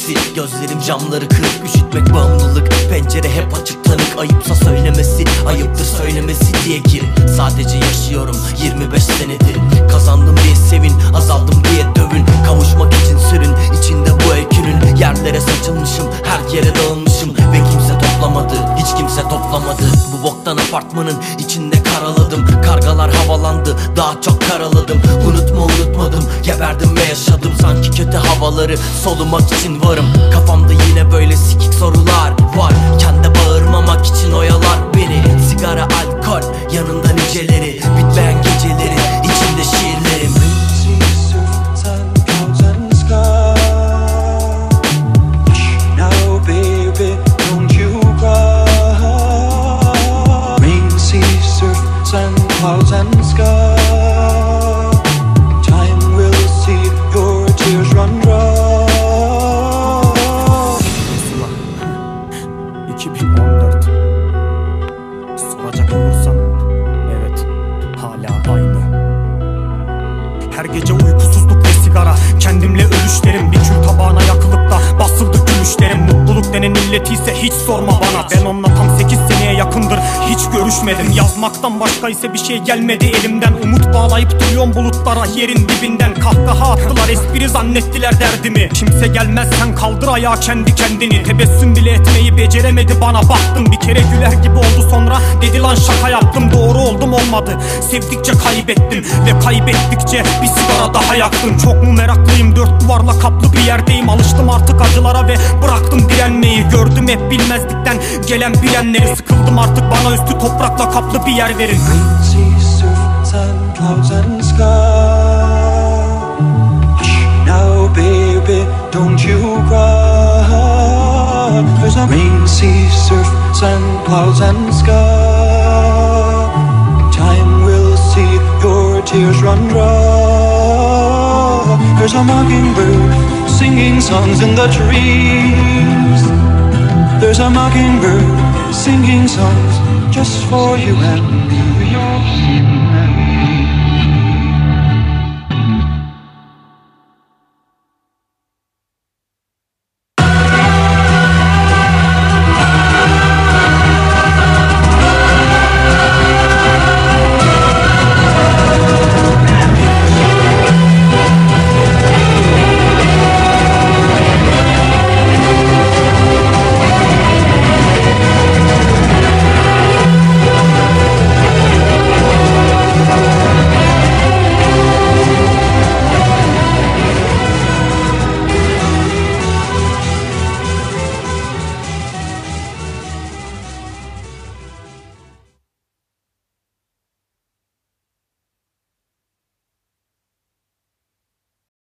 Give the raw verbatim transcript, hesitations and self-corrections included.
söylemesi. Gözlerim camları kırık, üşütmek bağımlılık. Pencere hep açık tanık, ayıpsa söylemesi. Ayıptır söylemesi diye gir. Sadece yaşıyorum yirmi beş senedir. Kazandım diye sevin, azaldım diye dövün. Kavuşmak için sürün, içinde bu öykünün. Yerlere saçılmışım, her yere dağılmışım. Ve kimse toplamadı, hiç kimse toplamadı. Bu boktan apartmanın içinde karaladım. Kargalar havalandı, daha çok karaladım. Unutma unutmadım, geberdim ve yaşadım. Sanki kötü havaları solumak için varım. Kafamda yine böyle sikik sorular var. Kendi bağırmamak için oyalar beni. Sigara, alkol, yanında niceleri. Bitmeyen geceleri, içinde şiirlerim. Clouds and sky, time will see your tears run dry. iki bin on dört. Soracak olursan, evet, hala aynı. Her gece uykusuzluk ve sigara, kendimle ölüşlerim. Bir kül tabağına yakılıp da basıldı gülüşlerim. Mutluluk denen illeti ise hiç sorma bana. Ben onunla tam sekiz seneye yakındır hiç görüşmedim. Yazmaktan başka ise bir şey gelmedi elimden. Umut bağlayıp duruyorum bulutlara yerin dibinden. Kahkaha attılar, espri zannettiler derdimi. Kimse gelmez, sen kaldır ayağa kendi kendini. Tebessüm bile etmeyi beceremedi bana, baktım. Bir kere güler gibi oldu, sonra dedi lan şaka yaptım. Doğru oldum olmadı, sevdikçe kaybettim. Ve kaybettikçe bir sigara daha yaktım. Çok mu meraklıyım, dört duvarla kaplı bir yerdeyim. Alıştım artık acılara ve bıraktım direnmeyi. Gördüm hep bilmezlikten gelen bilenleri. Sıkıldım artık, bana üstü toprakla kaplı bir yer verin. Rain, sea, surf, sun, clouds and sky. Hush now baby, don't you cry. There's a rain, sea, surf, sun, clouds and sky. Time will see your tears run dry. There's a mockingbird singing songs in the trees. There's a mockingbird singing songs just for you and me.